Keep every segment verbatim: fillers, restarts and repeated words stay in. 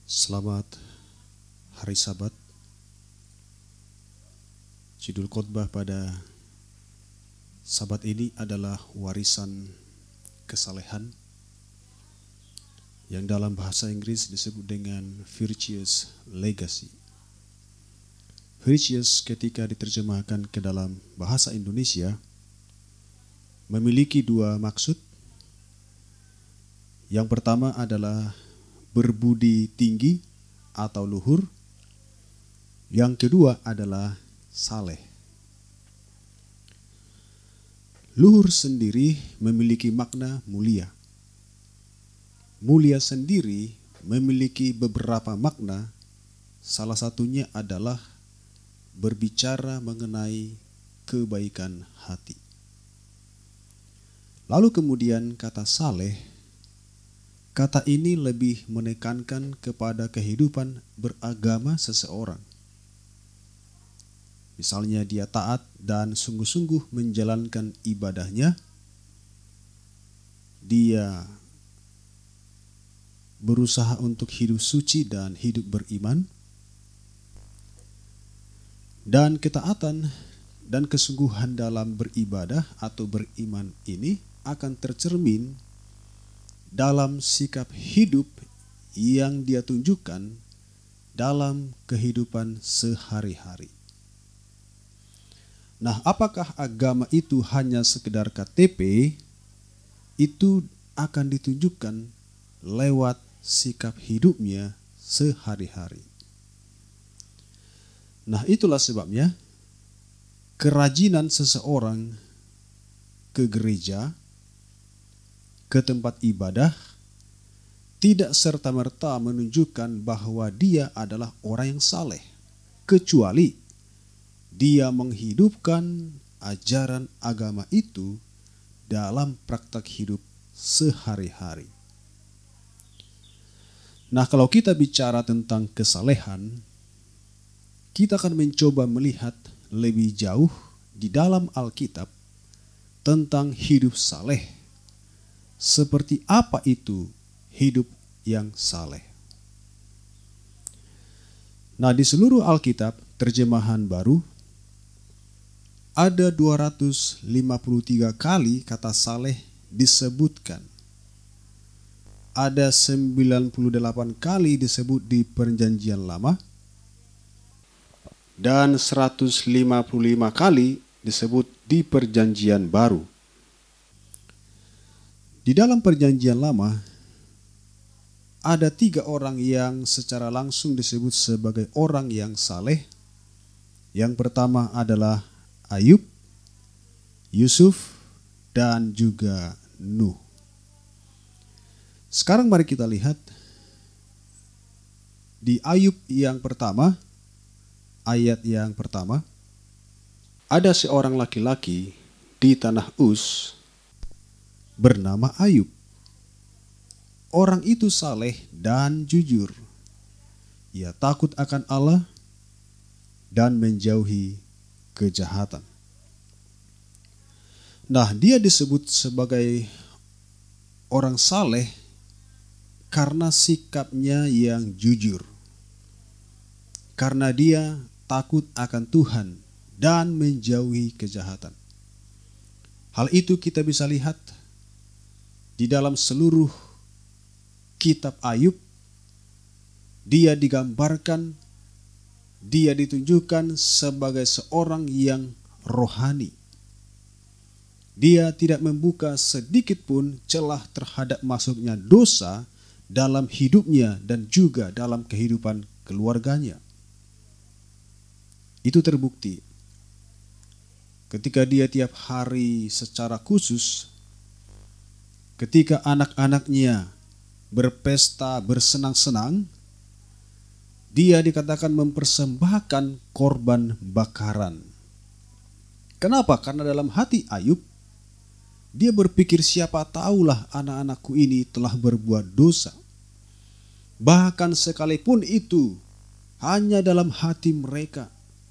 Selamat hari Sabat. Judul khotbah pada Sabat ini adalah warisan kesalehan yang dalam bahasa Inggris disebut dengan virtuous legacy. Virtuous ketika diterjemahkan ke dalam bahasa Indonesia memiliki dua maksud. Yang pertama adalah berbudi tinggi atau luhur. Yang kedua adalah saleh. Luhur sendiri memiliki makna mulia. Mulia sendiri memiliki beberapa makna. Salah satunya adalah berbicara mengenai kebaikan hati. Lalu kemudian kata saleh, kata ini lebih menekankan kepada kehidupan beragama seseorang. Misalnya dia taat dan sungguh-sungguh menjalankan ibadahnya, dia berusaha untuk hidup suci dan hidup beriman, dan ketaatan dan kesungguhan dalam beribadah atau beriman ini akan tercermin dalam sikap hidup yang dia tunjukkan dalam kehidupan sehari-hari. Nah, apakah agama itu hanya sekedar K T P? Itu akan ditunjukkan lewat sikap hidupnya sehari-hari. Nah, itulah sebabnya kerajinan seseorang ke gereja, ke tempat ibadah, tidak serta-merta menunjukkan bahwa dia adalah orang yang saleh, kecuali dia menghidupkan ajaran agama itu dalam praktek hidup sehari-hari. Nah, kalau kita bicara tentang kesalehan, kita akan mencoba melihat lebih jauh di dalam Alkitab tentang hidup saleh. Seperti apa itu hidup yang saleh? Nah, di seluruh Alkitab terjemahan baru ada dua ratus lima puluh tiga kali kata saleh disebutkan. Ada sembilan puluh delapan kali disebut di Perjanjian Lama dan seratus lima puluh lima kali disebut di Perjanjian Baru. Di dalam Perjanjian Lama ada tiga orang yang secara langsung disebut sebagai orang yang saleh. Yang pertama adalah Ayub, Yusuf, dan juga Nuh. Sekarang mari kita lihat di Ayub yang pertama, ayat yang pertama. Ada seorang laki-laki di tanah Uz bernama Ayub. Orang itu saleh dan jujur. Ia takut akan Allah dan menjauhi kejahatan. Nah, dia disebut sebagai orang saleh karena sikapnya yang jujur. Karena dia takut akan Tuhan dan menjauhi kejahatan. Hal itu kita bisa lihat di dalam seluruh kitab Ayub. Dia digambarkan, dia ditunjukkan sebagai seorang yang rohani. Dia tidak membuka sedikit pun celah terhadap masuknya dosa dalam hidupnya dan juga dalam kehidupan keluarganya. Itu terbukti ketika dia tiap hari secara khusus, ketika anak-anaknya berpesta bersenang-senang, dia dikatakan mempersembahkan korban bakaran. Kenapa? Karena dalam hati Ayub, dia berpikir siapa tahulah anak-anakku ini telah berbuat dosa. Bahkan sekalipun itu hanya dalam hati mereka.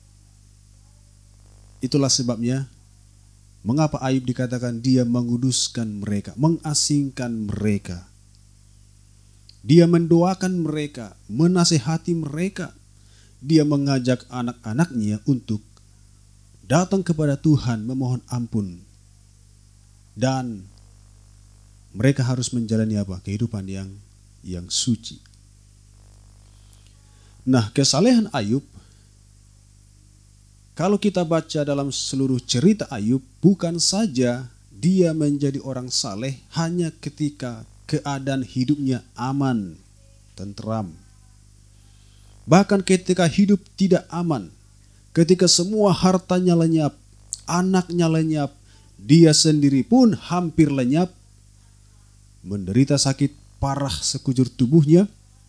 Itulah sebabnya mengapa Ayub dikatakan dia menguduskan mereka, mengasingkan mereka. Dia mendoakan mereka, menasehati mereka. Dia mengajak anak-anaknya untuk datang kepada Tuhan memohon ampun. Dan mereka harus menjalani apa? Kehidupan yang yang suci. Nah, kesalehan Ayub, kalau kita baca dalam seluruh cerita Ayub, bukan saja dia menjadi orang saleh hanya ketika keadaan hidupnya aman, tentram. Bahkan ketika hidup tidak aman, ketika semua hartanya lenyap, anaknya lenyap, dia sendiri pun hampir lenyap, menderita sakit parah sekujur tubuhnya,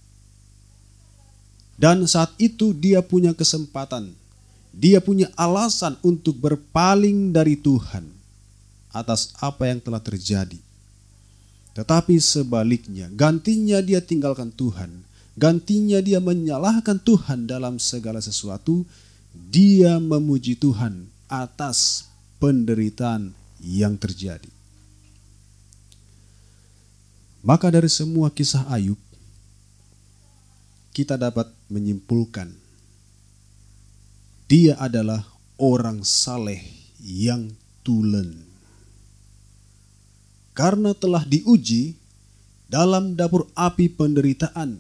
dan saat itu dia punya kesempatan, dia punya alasan untuk berpaling dari Tuhan atas apa yang telah terjadi. Tetapi sebaliknya, gantinya dia tinggalkan Tuhan, gantinya dia menyalahkan Tuhan dalam segala sesuatu, dia memuji Tuhan atas penderitaan yang terjadi. Maka dari semua kisah Ayub, kita dapat menyimpulkan dia adalah orang saleh yang tulen. Karena telah diuji dalam dapur api penderitaan.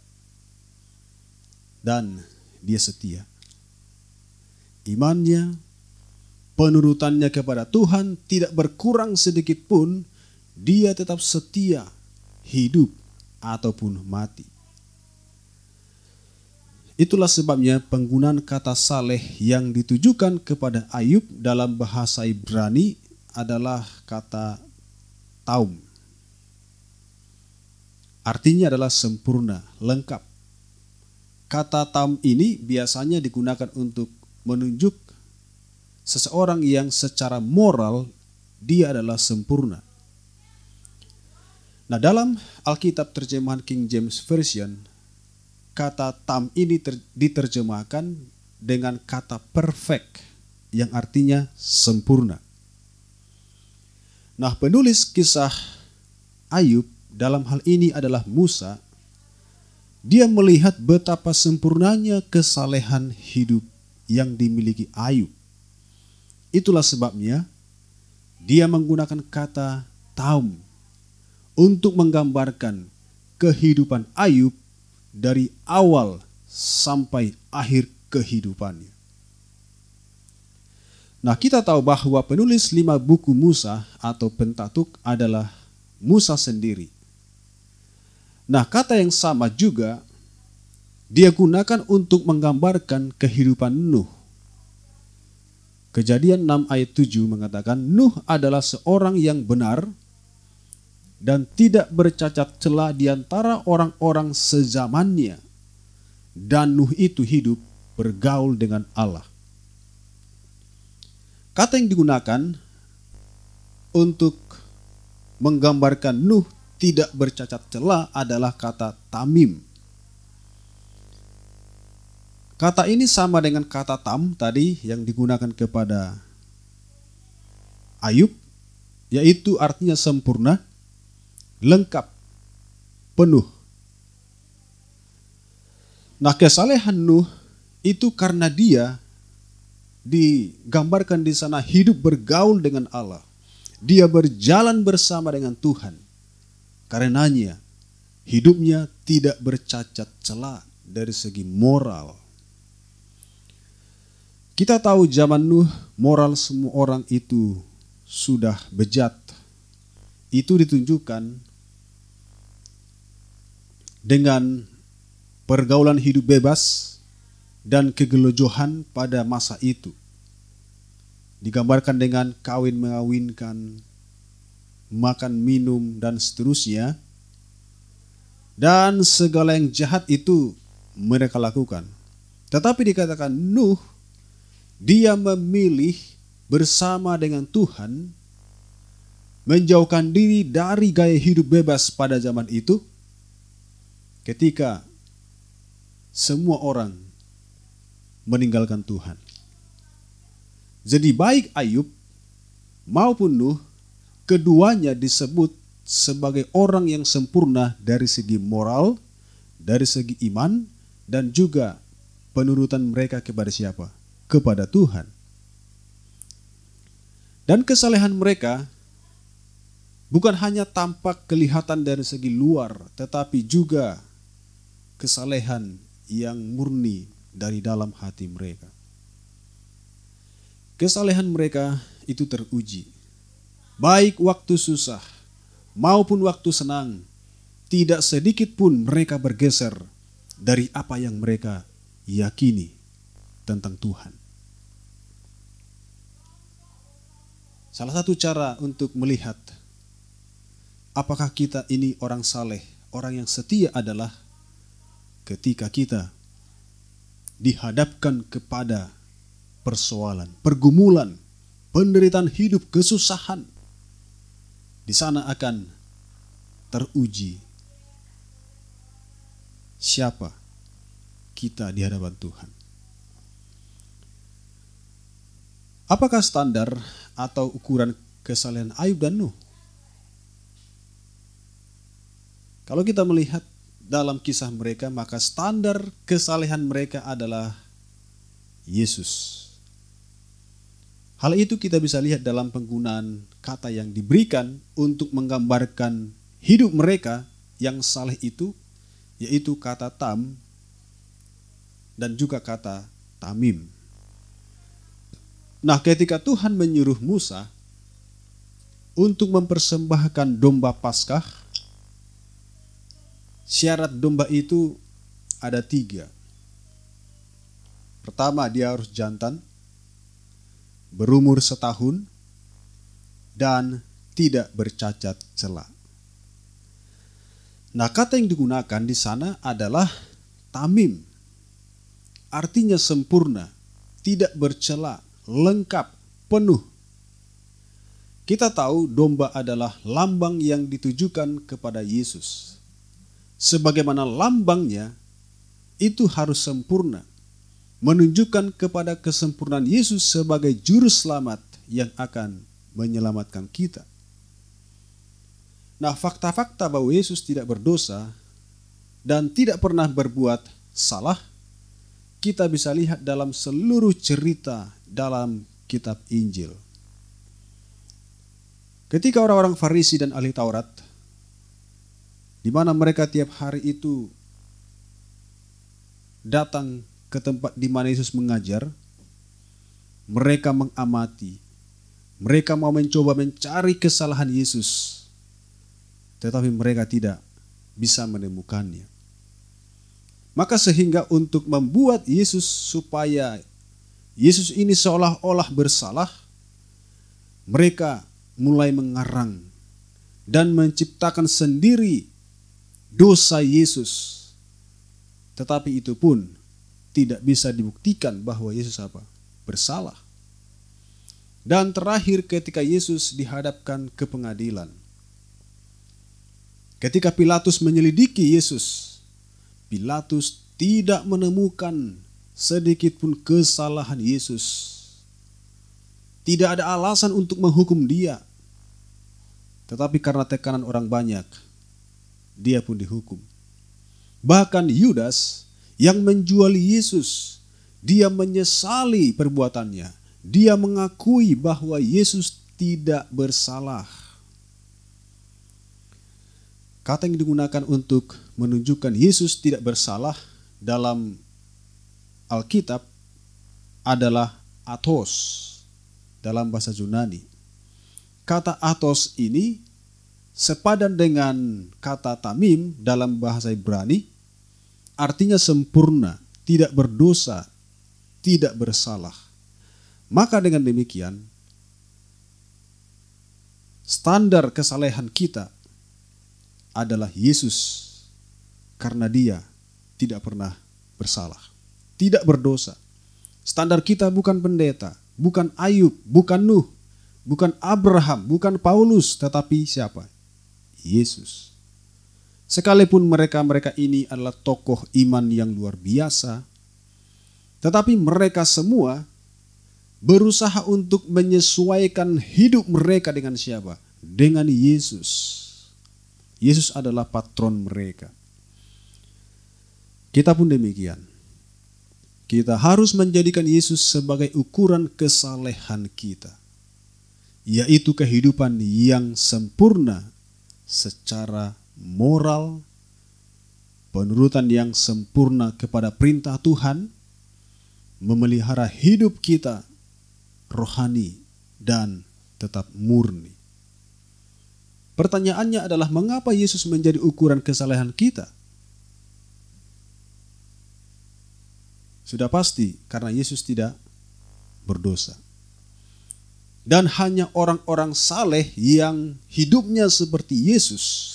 Dan dia setia. Imannya, penurutannya kepada Tuhan tidak berkurang sedikit pun. Dia tetap setia, hidup ataupun mati. Itulah sebabnya penggunaan kata saleh yang ditujukan kepada Ayub dalam bahasa Ibrani adalah kata taum. Artinya adalah sempurna, lengkap. Kata taum ini biasanya digunakan untuk menunjuk seseorang yang secara moral dia adalah sempurna. Nah, dalam Alkitab terjemahan King James Version, kata tam ini ter- diterjemahkan dengan kata perfect yang artinya sempurna. Nah, penulis kisah Ayub dalam hal ini adalah Musa. Dia melihat betapa sempurnanya kesalehan hidup yang dimiliki Ayub. Itulah sebabnya dia menggunakan kata taum untuk menggambarkan kehidupan Ayub dari awal sampai akhir kehidupannya. Nah, kita tahu bahwa penulis lima buku Musa atau Pentatuk adalah Musa sendiri. Nah, kata yang sama juga dia gunakan untuk menggambarkan kehidupan Nuh. Kejadian enam ayat tujuh mengatakan Nuh adalah seorang yang benar dan tidak bercacat celah di antara orang-orang sezamannya. Dan Nuh itu hidup bergaul dengan Allah. Kata yang digunakan untuk menggambarkan Nuh tidak bercacat celah adalah kata tamim. Kata ini sama dengan kata tam tadi yang digunakan kepada Ayub, yaitu artinya sempurna, lengkap, penuh. Nah, kesalehan Nuh itu karena dia digambarkan di sana hidup bergaul dengan Allah. Dia berjalan bersama dengan Tuhan. Karenanya hidupnya tidak bercacat celah dari segi moral. Kita tahu zaman Nuh moral semua orang itu sudah bejat. Itu ditunjukkan dengan pergaulan hidup bebas dan kegelojohan pada masa itu. Digambarkan dengan kawin mengawinkan, makan minum dan seterusnya. Dan segala yang jahat itu mereka lakukan. Tetapi dikatakan Nuh, dia memilih bersama dengan Tuhan, menjauhkan diri dari gaya hidup bebas pada zaman itu, ketika semua orang meninggalkan Tuhan. Jadi baik Ayub maupun Nuh, keduanya disebut sebagai orang yang sempurna dari segi moral, dari segi iman, dan juga penurutan mereka kepada siapa? Kepada Tuhan. Dan kesalehan mereka bukan hanya tampak kelihatan dari segi luar, tetapi juga kesalehan yang murni dari dalam hati mereka. Kesalehan mereka itu teruji, baik waktu susah maupun waktu senang. Tidak sedikit pun mereka bergeser dari apa yang mereka yakini tentang Tuhan. Salah satu cara untuk melihat apakah kita ini orang saleh, orang yang setia adalah ketika kita dihadapkan kepada persoalan, pergumulan, penderitaan hidup, kesusahan. Di sana akan teruji siapa kita di hadapan Tuhan. Apakah standar atau ukuran kesalehan Ayub dan Nuh? Kalau kita melihat dalam kisah mereka, maka standar kesalehan mereka adalah Yesus. Hal itu kita bisa lihat dalam penggunaan kata yang diberikan untuk menggambarkan hidup mereka yang saleh itu, yaitu kata tam dan juga kata tamim. Nah, ketika Tuhan menyuruh Musa untuk mempersembahkan domba Paskah, syarat domba itu ada tiga. Pertama, dia harus jantan, berumur setahun, dan tidak bercacat cela. Nah, kata yang digunakan di sana adalah tamim, artinya sempurna, tidak bercela, lengkap, penuh. Kita tahu domba adalah lambang yang ditujukan kepada Yesus. Sebagaimana lambangnya itu harus sempurna, menunjukkan kepada kesempurnaan Yesus sebagai juru selamat yang akan menyelamatkan kita. Nah, fakta-fakta bahwa Yesus tidak berdosa dan tidak pernah berbuat salah, kita bisa lihat dalam seluruh cerita dalam kitab Injil. Ketika orang-orang Farisi dan ahli Taurat, di mana mereka tiap hari itu datang ke tempat di mana Yesus mengajar, mereka mengamati, mereka mau mencoba mencari kesalahan Yesus, tetapi mereka tidak bisa menemukannya. Maka sehingga untuk membuat Yesus supaya Yesus ini seolah-olah bersalah, mereka mulai mengarang dan menciptakan sendiri dosa Yesus. Tetapi itu pun tidak bisa dibuktikan bahwa Yesus apa? Bersalah. Dan terakhir ketika Yesus dihadapkan ke pengadilan, ketika Pilatus menyelidiki Yesus, Pilatus tidak menemukan sedikit pun kesalahan Yesus. Tidak ada alasan untuk menghukum dia. Tetapi karena tekanan orang banyak, dia pun dihukum. Bahkan Yudas yang menjual Yesus, dia menyesali perbuatannya. Dia mengakui bahwa Yesus tidak bersalah. Kata yang digunakan untuk menunjukkan Yesus tidak bersalah dalam Alkitab adalah athos dalam bahasa Yunani. Kata athos ini sepadan dengan kata tamim dalam bahasa Ibrani, artinya sempurna, tidak berdosa, tidak bersalah. Maka dengan demikian, standar kesalehan kita adalah Yesus, karena dia tidak pernah bersalah, tidak berdosa. Standar kita bukan pendeta, bukan Ayub, bukan Nuh, bukan Abraham, bukan Paulus, tetapi siapa? Yesus. Sekalipun mereka-mereka ini adalah tokoh iman yang luar biasa, tetapi mereka semua berusaha untuk menyesuaikan hidup mereka dengan siapa? Dengan Yesus. Yesus adalah patron mereka. Kita pun demikian. Kita harus menjadikan Yesus sebagai ukuran kesalehan kita, yaitu kehidupan yang sempurna secara moral, penurutan yang sempurna kepada perintah Tuhan, memelihara hidup kita rohani dan tetap murni. Pertanyaannya adalah mengapa Yesus menjadi ukuran kesalehan kita? Sudah pasti karena Yesus tidak berdosa. Dan hanya orang-orang saleh yang hidupnya seperti Yesus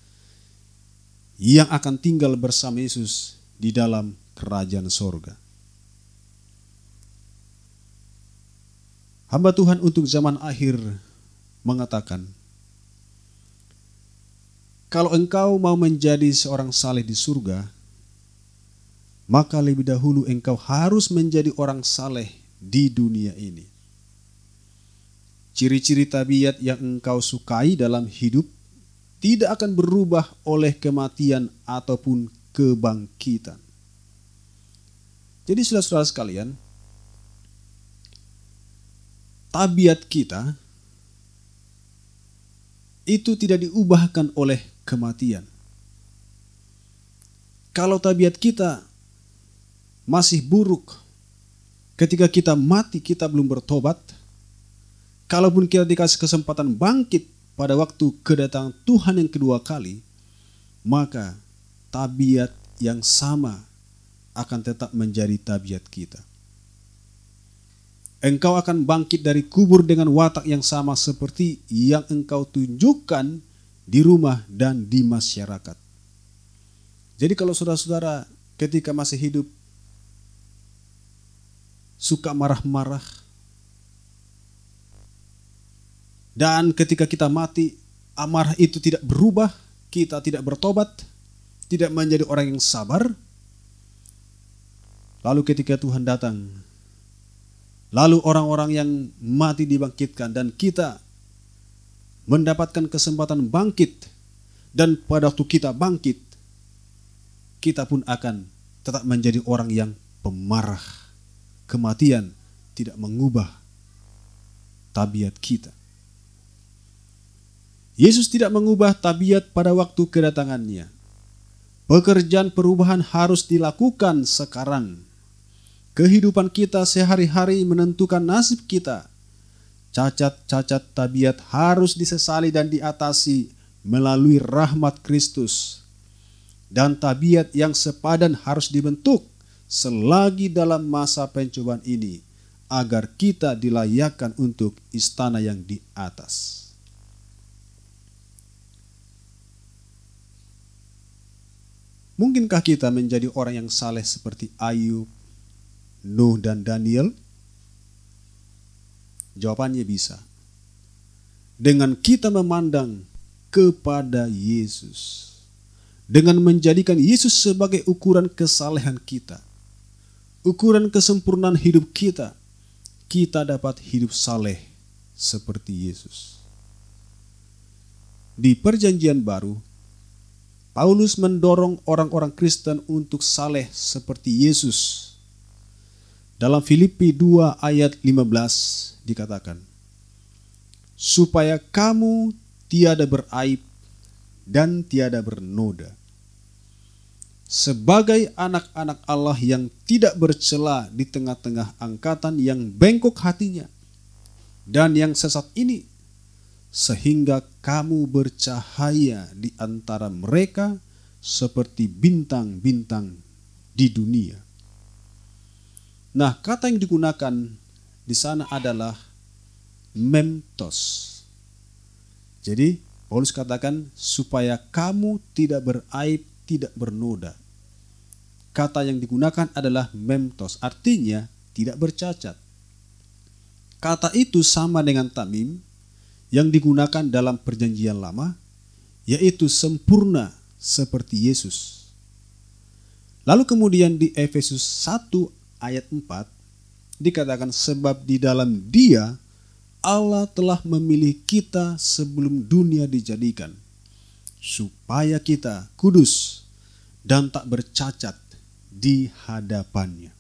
yang akan tinggal bersama Yesus di dalam kerajaan sorga. Hamba Tuhan untuk zaman akhir mengatakan, kalau engkau mau menjadi seorang saleh di surga, maka lebih dahulu engkau harus menjadi orang saleh di dunia ini. Ciri-ciri tabiat yang engkau sukai dalam hidup tidak akan berubah oleh kematian ataupun kebangkitan. Jadi saudara-saudara sekalian, tabiat kita itu tidak diubahkan oleh kematian. Kalau tabiat kita masih buruk, ketika kita mati kita belum bertobat, kalaupun kita dikasih kesempatan bangkit pada waktu kedatangan Tuhan yang kedua kali, maka tabiat yang sama akan tetap menjadi tabiat kita. Engkau akan bangkit dari kubur dengan watak yang sama seperti yang engkau tunjukkan di rumah dan di masyarakat. Jadi kalau saudara-saudara ketika masih hidup suka marah-marah, dan ketika kita mati amarah itu tidak berubah, kita tidak bertobat, tidak menjadi orang yang sabar, lalu ketika Tuhan datang, lalu orang-orang yang mati dibangkitkan dan kita mendapatkan kesempatan bangkit, dan pada waktu kita bangkit, kita pun akan tetap menjadi orang yang pemarah. Kematian tidak mengubah tabiat kita. Yesus tidak mengubah tabiat pada waktu kedatangannya. Pekerjaan perubahan harus dilakukan sekarang. Kehidupan kita sehari-hari menentukan nasib kita. Cacat-cacat tabiat harus disesali dan diatasi melalui rahmat Kristus. Dan tabiat yang sepadan harus dibentuk selagi dalam masa pencobaan ini, agar kita dilayakkan untuk istana yang di atas. Mungkinkah kita menjadi orang yang saleh seperti Ayub, Nuh, dan Daniel? Jawabannya bisa. Dengan kita memandang kepada Yesus, dengan menjadikan Yesus sebagai ukuran kesalehan kita, ukuran kesempurnaan hidup kita, kita dapat hidup saleh seperti Yesus. Di Perjanjian Baru, Paulus mendorong orang-orang Kristen untuk saleh seperti Yesus. Dalam Filipi dua ayat lima belas dikatakan, supaya kamu tiada beraib dan tiada bernoda, sebagai anak-anak Allah yang tidak bercela di tengah-tengah angkatan yang bengkok hatinya dan yang sesat ini, sehingga kamu bercahaya di antara mereka seperti bintang-bintang di dunia. Nah, kata yang digunakan di sana adalah memtos. Jadi, Paulus katakan supaya kamu tidak beraib, tidak bernoda. Kata yang digunakan adalah memtos, artinya tidak bercacat. Kata itu sama dengan tamim yang digunakan dalam Perjanjian Lama, yaitu sempurna seperti Yesus. Lalu kemudian di Efesus satu ayat empat dikatakan, sebab di dalam Dia Allah telah memilih kita sebelum dunia dijadikan, supaya kita kudus dan tak bercacat di hadapannya.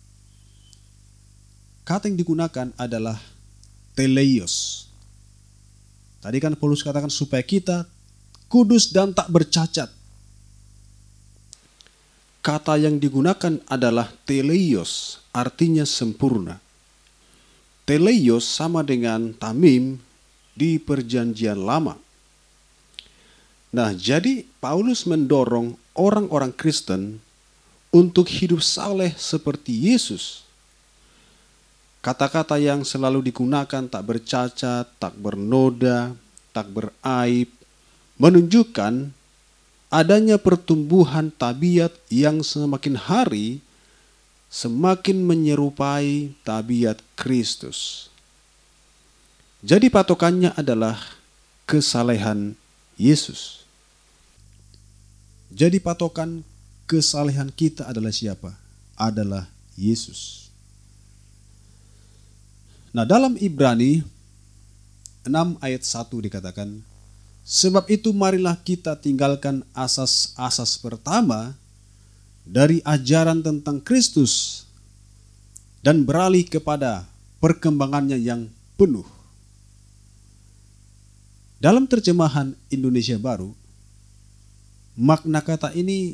Kata yang digunakan adalah teleios. Tadi kan Paulus katakan supaya kita kudus dan tak bercacat. Kata yang digunakan adalah teleios, artinya sempurna. Teleios sama dengan tamim di Perjanjian Lama. Nah, jadi Paulus mendorong orang-orang Kristen untuk hidup saleh seperti Yesus. Kata-kata yang selalu digunakan, tak bercacat, tak bernoda, tak beraib, menunjukkan adanya pertumbuhan tabiat yang semakin hari semakin menyerupai tabiat Kristus. Jadi patokannya adalah kesalehan Yesus. Jadi patokan kesalehan kita adalah siapa? Adalah Yesus. Nah, dalam Ibrani enam ayat satu dikatakan, sebab itu marilah kita tinggalkan asas-asas pertama dari ajaran tentang Kristus dan beralih kepada perkembangannya yang penuh. Dalam terjemahan Indonesia Baru, makna kata ini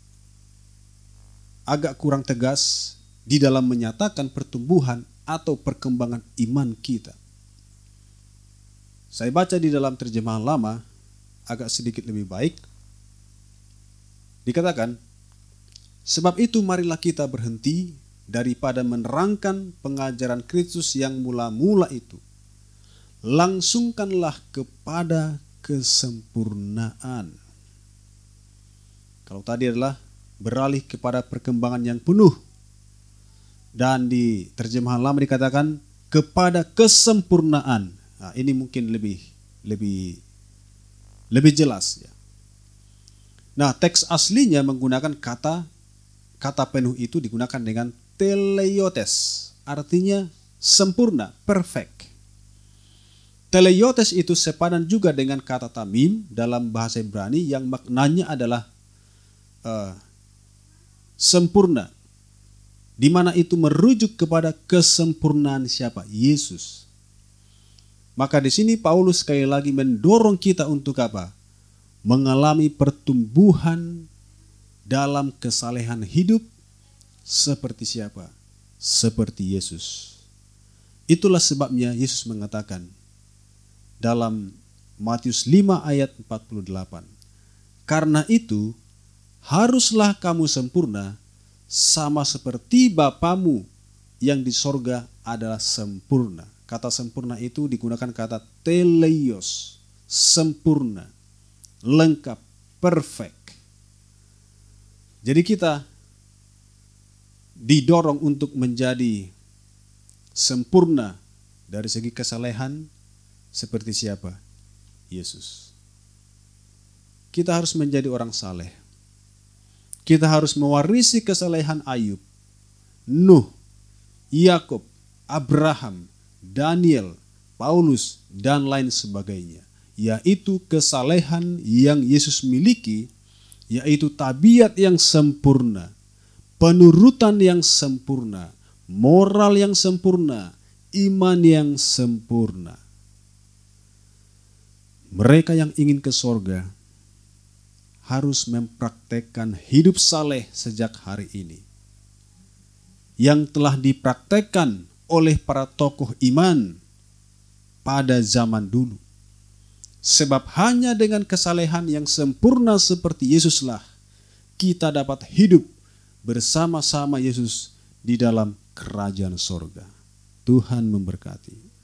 agak kurang tegas di dalam menyatakan pertumbuhan atau perkembangan iman kita. Saya baca di dalam terjemahan lama agak sedikit lebih baik. Dikatakan, sebab itu marilah kita berhenti daripada menerangkan pengajaran Kristus yang mula-mula itu. Langsungkanlah kepada kesempurnaan. Kalau tadi adalah beralih kepada perkembangan yang penuh. Dan di terjemahan lama dikatakan kepada kesempurnaan. Nah, ini mungkin lebih lebih lebih jelas ya. Nah, teks aslinya menggunakan kata kata penuh itu digunakan dengan teleiotes, artinya sempurna, perfect. Teleiotes itu sepadan juga dengan kata tamim dalam bahasa Ibrani yang maknanya adalah uh, sempurna. Di mana itu merujuk kepada kesempurnaan siapa? Yesus. Maka di sini Paulus sekali lagi mendorong kita untuk apa? Mengalami pertumbuhan dalam kesalehan hidup seperti siapa? Seperti Yesus. Itulah sebabnya Yesus mengatakan dalam Matius lima ayat empat puluh delapan. Karena itu haruslah kamu sempurna sama seperti Bapamu yang di sorga adalah sempurna. Kata sempurna itu digunakan kata teleios, sempurna, lengkap, perfect. Jadi kita didorong untuk menjadi sempurna dari segi kesalehan seperti siapa? Yesus. Kita harus menjadi orang saleh. Kita harus mewarisi kesalehan Ayub, Nuh, Yakub, Abraham, Daniel, Paulus, dan lain sebagainya. Yaitu kesalehan yang Yesus miliki, yaitu tabiat yang sempurna, penurutan yang sempurna, moral yang sempurna, iman yang sempurna. Mereka yang ingin ke sorga harus mempraktekkan hidup saleh sejak hari ini. Yang telah dipraktekkan oleh para tokoh iman pada zaman dulu. Sebab hanya dengan kesalehan yang sempurna seperti Yesuslah kita dapat hidup bersama-sama Yesus di dalam kerajaan sorga. Tuhan memberkati.